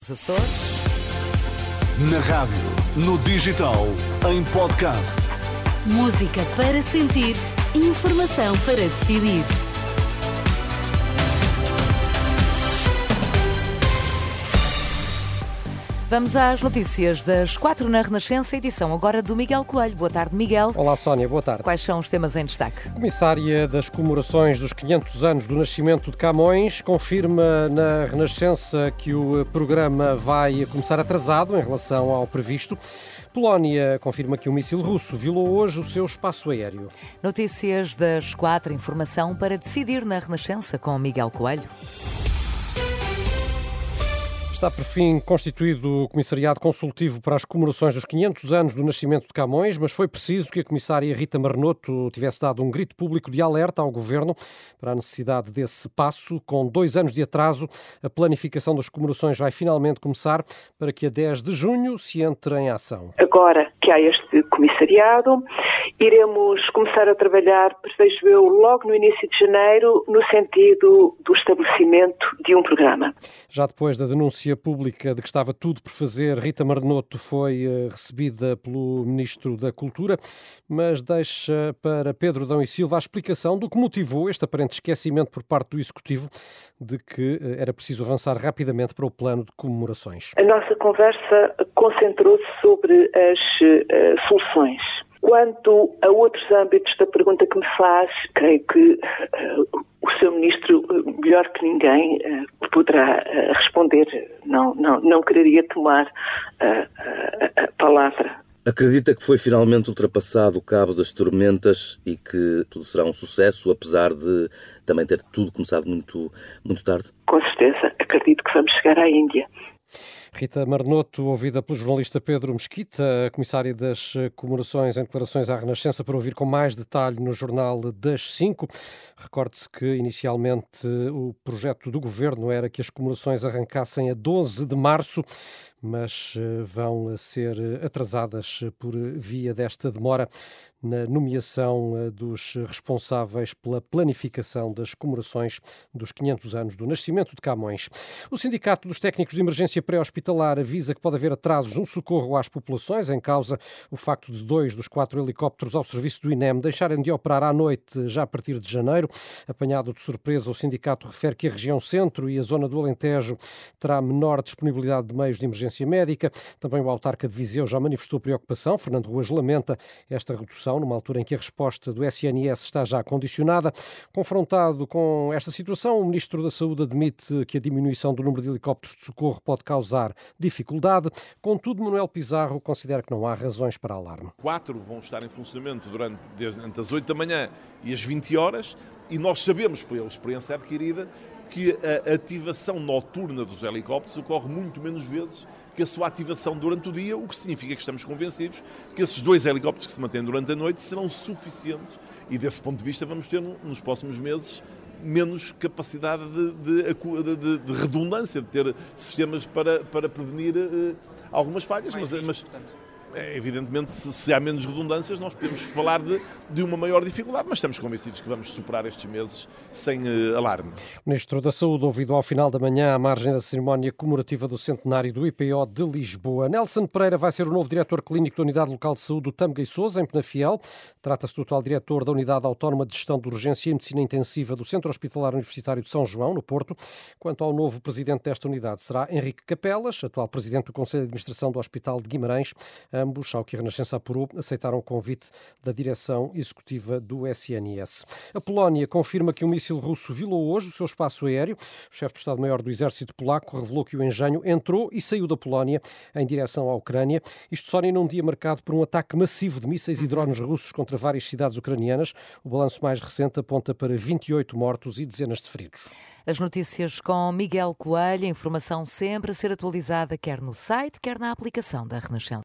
nos Açores. Na rádio, no digital, em podcast. Música para sentir, informação para decidir. Vamos às notícias das 4 na Renascença, edição agora do Miguel Coelho. Boa tarde, Miguel. Olá, Sónia, boa tarde. Quais são os temas em destaque? A comissária das comemorações dos 500 anos do nascimento de Camões confirma na Renascença que o programa vai começar atrasado em relação ao previsto. Polónia confirma que um míssil russo violou hoje o seu espaço aéreo. Notícias das 4, informação para decidir na Renascença com Miguel Coelho. Está por fim constituído o Comissariado Consultivo para as comemorações dos 500 anos do nascimento de Camões, mas foi preciso que a comissária Rita Marnoto tivesse dado um grito público de alerta ao Governo para a necessidade desse passo. Com 2 anos de atraso, a planificação das comemorações vai finalmente começar para que a 10 de junho se entre em ação. Agora que há este comissariado, iremos começar a trabalhar, prevejo eu, logo no início de janeiro, no sentido do estabelecimento de um programa. Já depois da denúncia pública de que estava tudo por fazer, Rita Marnoto foi recebida pelo Ministro da Cultura, mas deixa para Pedro Adão e Silva a explicação do que motivou este aparente esquecimento por parte do Executivo de que era preciso avançar rapidamente para o plano de comemorações. A nossa conversa concentrou-se sobre as soluções. Quanto a outros âmbitos da pergunta que me faz, creio que o seu Ministro, melhor que ninguém, poderá responder. Não quereria tomar a palavra. Acredita que foi finalmente ultrapassado o cabo das tormentas e que tudo será um sucesso, apesar de também ter tudo começado muito, muito tarde? Com certeza, acredito que vamos chegar à Índia. Rita Marnoto, ouvida pelo jornalista Pedro Mesquita, a comissária das comemorações em declarações à Renascença, para ouvir com mais detalhe no Jornal das 5. Recorde-se que inicialmente o projeto do Governo era que as comemorações arrancassem a 12 de março, mas vão ser atrasadas por via desta demora na nomeação dos responsáveis pela planificação das comemorações dos 500 anos do nascimento de Camões. O Sindicato dos Técnicos de Emergência Pré-Hospitalar avisa que pode haver atrasos no socorro às populações, em causa o facto de 2 dos 4 helicópteros ao serviço do INEM deixarem de operar à noite já a partir de janeiro. Apanhado de surpresa, o sindicato refere que a região centro e a zona do Alentejo terá menor disponibilidade de meios de emergência médica. Também o autarca de Viseu já manifestou preocupação. Fernando Ruas lamenta esta redução numa altura em que a resposta do SNS está já condicionada. Confrontado com esta situação, o Ministro da Saúde admite que a diminuição do número de helicópteros de socorro pode causar dificuldade. Contudo, Manuel Pizarro considera que não há razões para alarme. 4 vão estar em funcionamento desde as 8 da manhã e as 20 horas e nós sabemos, pela experiência adquirida, que a ativação noturna dos helicópteros ocorre muito menos vezes que a sua ativação durante o dia, o que significa que estamos convencidos que esses 2 helicópteros que se mantêm durante a noite serão suficientes e, desse ponto de vista, vamos ter nos próximos meses menos capacidade de redundância, de ter sistemas para prevenir algumas falhas, mas evidentemente, se há menos redundâncias, nós podemos falar de uma maior dificuldade, mas estamos convencidos que vamos superar estes meses sem alarme. O Ministro da Saúde, ouvido ao final da manhã, à margem da cerimónia comemorativa do centenário do IPO de Lisboa. Nelson Pereira vai ser o novo diretor clínico da Unidade Local de Saúde do Tâmega e Sousa, em Penafiel. Trata-se do atual diretor da Unidade Autónoma de Gestão de Urgência e Medicina Intensiva do Centro Hospitalar Universitário de São João, no Porto. Quanto ao novo presidente desta unidade, será Henrique Capelas, atual presidente do Conselho de Administração do Hospital de Guimarães. Ambos, ao que a Renascença apurou, aceitaram o convite da direção executiva do SNS. A Polónia confirma que um míssil russo violou hoje o seu espaço aéreo. O chefe do Estado-Maior do Exército Polaco revelou que o engenho entrou e saiu da Polónia em direção à Ucrânia. Isto só num dia marcado por um ataque massivo de mísseis e drones russos contra várias cidades ucranianas. O balanço mais recente aponta para 28 mortos e dezenas de feridos. As notícias com Miguel Coelho, informação sempre a ser atualizada, quer no site, quer na aplicação da Renascença.